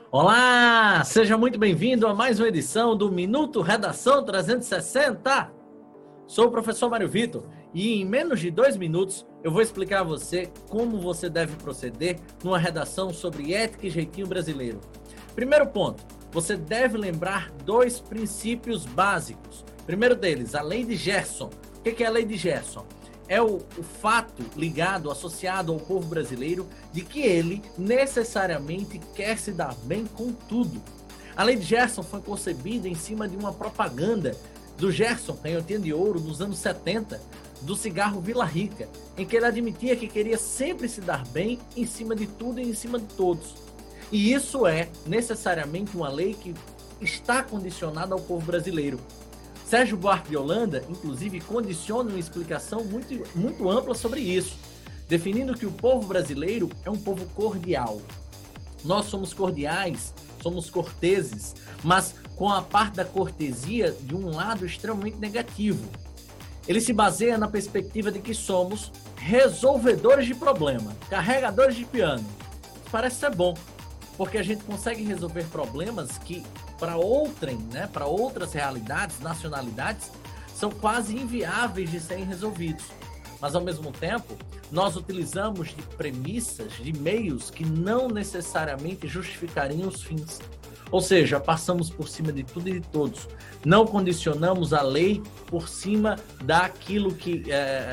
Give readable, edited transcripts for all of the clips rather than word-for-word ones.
Olá, seja muito bem-vindo a mais uma edição do Minuto Redação 360. Sou o professor Mário Vitor e em menos de 2 minutos eu vou explicar a você como você deve proceder numa redação sobre ética e jeitinho brasileiro. Primeiro ponto, você deve lembrar 2 princípios básicos. Primeiro deles, a lei de Gerson. O que é a lei de Gerson? É o fato ligado, associado ao povo brasileiro, de que ele necessariamente quer se dar bem com tudo. A lei de Gerson foi concebida em cima de uma propaganda do Gerson, canhotinha de ouro, dos anos 70, do cigarro Vila Rica, em que ele admitia que queria sempre se dar bem em cima de tudo e em cima de todos. E isso é necessariamente uma lei que está condicionada ao povo brasileiro. Sérgio Buarque de Holanda, inclusive, condiciona uma explicação muito ampla sobre isso, definindo que o povo brasileiro é um povo cordial. Nós somos cordiais, somos corteses, mas com a parte da cortesia de um lado extremamente negativo. Ele se baseia na perspectiva de que somos resolvedores de problema, carregadores de piano. Parece ser bom, porque a gente consegue resolver problemas que, para outras realidades, nacionalidades, são quase inviáveis de serem resolvidos. Mas, ao mesmo tempo, nós utilizamos de premissas, de meios que não necessariamente justificariam os fins. Ou seja, passamos por cima de tudo e de todos. Não condicionamos a lei por cima daquilo que...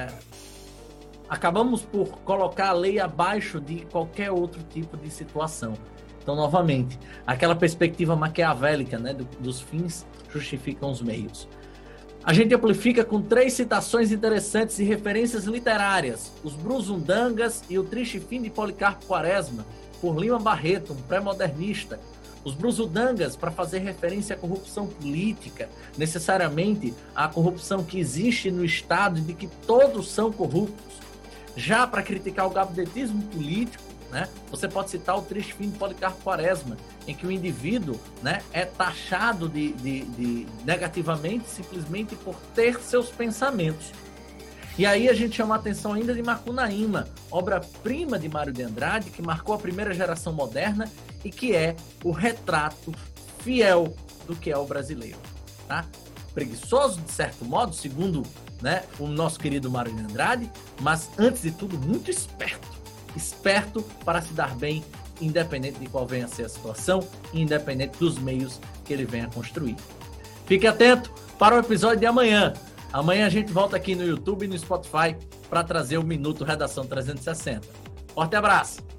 acabamos por colocar a lei abaixo de qualquer outro tipo de situação. Então, novamente, aquela perspectiva maquiavélica, né, dos fins justificam os meios. A gente amplifica com 3 citações interessantes e referências literárias. Os Brusundangas e o Triste Fim de Policarpo Quaresma, por Lima Barreto, um pré-modernista. Os Brusundangas, para fazer referência à corrupção política, necessariamente à corrupção que existe no Estado e de que todos são corruptos. Já para criticar o gabinetismo político, né, você pode citar o Triste Fim de Policarpo Quaresma, em que o indivíduo, né, é taxado de negativamente simplesmente por ter seus pensamentos. E aí a gente chama a atenção ainda de Macunaíma, obra-prima de Mário de Andrade, que marcou a primeira geração moderna e que é o retrato fiel do que é o brasileiro. Tá? Preguiçoso, de certo modo, segundo, né, o nosso querido Mário de Andrade, mas, antes de tudo, muito esperto para se dar bem, independente de qual venha a ser a situação, independente dos meios que ele venha a construir. Fique atento para o episódio de amanhã. Amanhã a gente volta aqui no YouTube e no Spotify para trazer o Minuto Redação 360. Forte abraço!